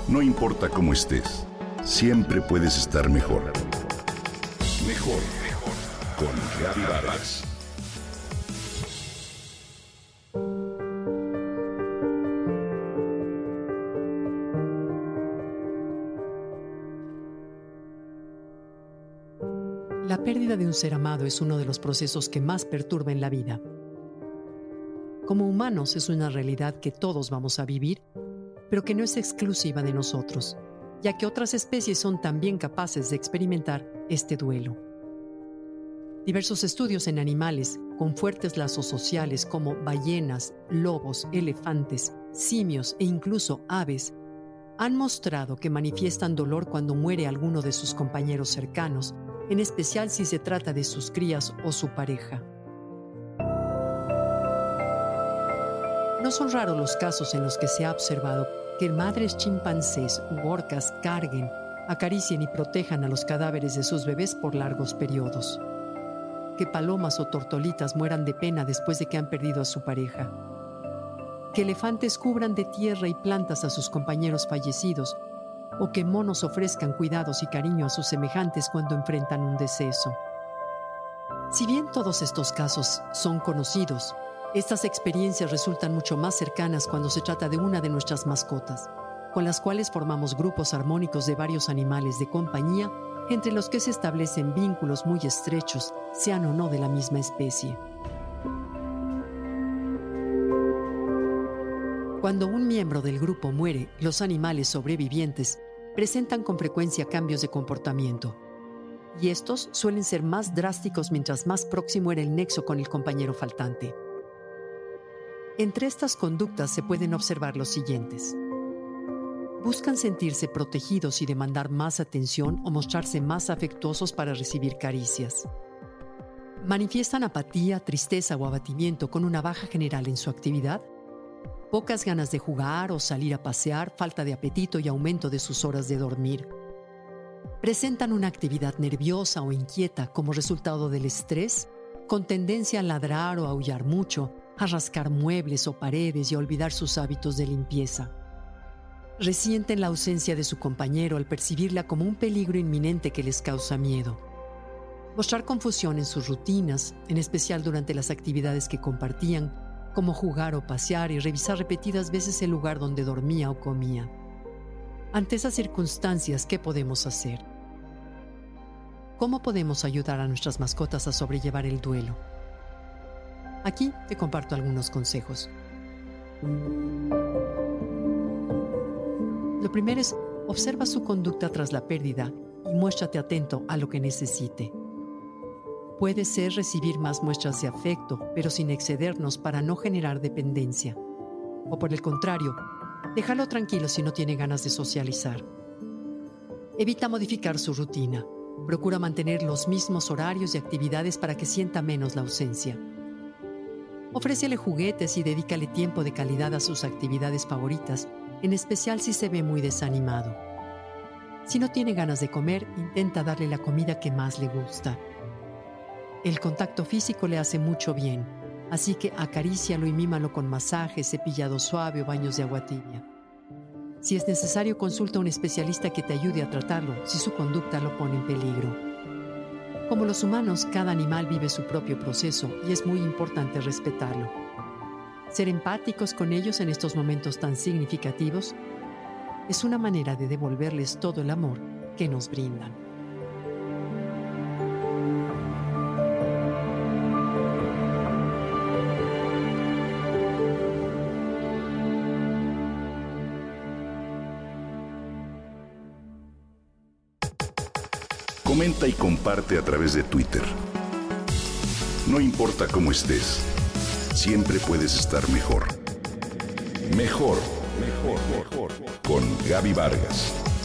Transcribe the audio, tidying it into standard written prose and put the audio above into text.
No importa cómo estés, siempre puedes estar mejor. Mejor, mejor. Con Gaby Vargas. La pérdida de un ser amado es uno de los procesos que más perturba en la vida. Como humanos es una realidad que todos vamos a vivir, pero que no es exclusiva de nosotros, ya que otras especies son también capaces de experimentar este duelo. Diversos estudios en animales con fuertes lazos sociales como ballenas, lobos, elefantes, simios e incluso aves han mostrado que manifiestan dolor cuando muere alguno de sus compañeros cercanos, en especial si se trata de sus crías o su pareja. No son raros los casos en los que se ha observado que madres chimpancés u orcas carguen, acaricien y protejan a los cadáveres de sus bebés por largos periodos. Que palomas o tortolitas mueran de pena después de que han perdido a su pareja. Que elefantes cubran de tierra y plantas a sus compañeros fallecidos, o que monos ofrezcan cuidados y cariño a sus semejantes cuando enfrentan un deceso. Si bien todos estos casos son conocidos, estas experiencias resultan mucho más cercanas cuando se trata de una de nuestras mascotas, con las cuales formamos grupos armónicos de varios animales de compañía, entre los que se establecen vínculos muy estrechos, sean o no de la misma especie. Cuando un miembro del grupo muere, los animales sobrevivientes presentan con frecuencia cambios de comportamiento, y estos suelen ser más drásticos mientras más próximo era el nexo con el compañero faltante. Entre estas conductas se pueden observar los siguientes. Buscan sentirse protegidos y demandar más atención o mostrarse más afectuosos para recibir caricias. Manifiestan apatía, tristeza o abatimiento con una baja general en su actividad, pocas ganas de jugar o salir a pasear, falta de apetito y aumento de sus horas de dormir. Presentan una actividad nerviosa o inquieta como resultado del estrés, con tendencia a ladrar o aullar mucho, a rascar muebles o paredes y a olvidar sus hábitos de limpieza. Resienten la ausencia de su compañero al percibirla como un peligro inminente que les causa miedo. Mostrar confusión en sus rutinas, en especial durante las actividades que compartían, como jugar o pasear y revisar repetidas veces el lugar donde dormía o comía. Ante esas circunstancias, ¿qué podemos hacer? ¿Cómo podemos ayudar a nuestras mascotas a sobrellevar el duelo? Aquí te comparto algunos consejos. Lo primero es, observa su conducta tras la pérdida y muéstrate atento a lo que necesite. Puede ser recibir más muestras de afecto, pero sin excedernos para no generar dependencia. O por el contrario, déjalo tranquilo si no tiene ganas de socializar. Evita modificar su rutina. Procura mantener los mismos horarios y actividades para que sienta menos la ausencia. Ofrécele juguetes y dedícale tiempo de calidad a sus actividades favoritas, en especial si se ve muy desanimado. Si no tiene ganas de comer, intenta darle la comida que más le gusta. El contacto físico le hace mucho bien, así que acarícialo y mímalo con masajes, cepillado suave o baños de agua tibia. Si es necesario, consulta a un especialista que te ayude a tratarlo si su conducta lo pone en peligro. Como los humanos, cada animal vive su propio proceso y es muy importante respetarlo. Ser empáticos con ellos en estos momentos tan significativos es una manera de devolverles todo el amor que nos brindan. Comenta y comparte a través de Twitter. No importa cómo estés, siempre puedes estar mejor. Mejor, mejor, mejor. Con Gaby Vargas.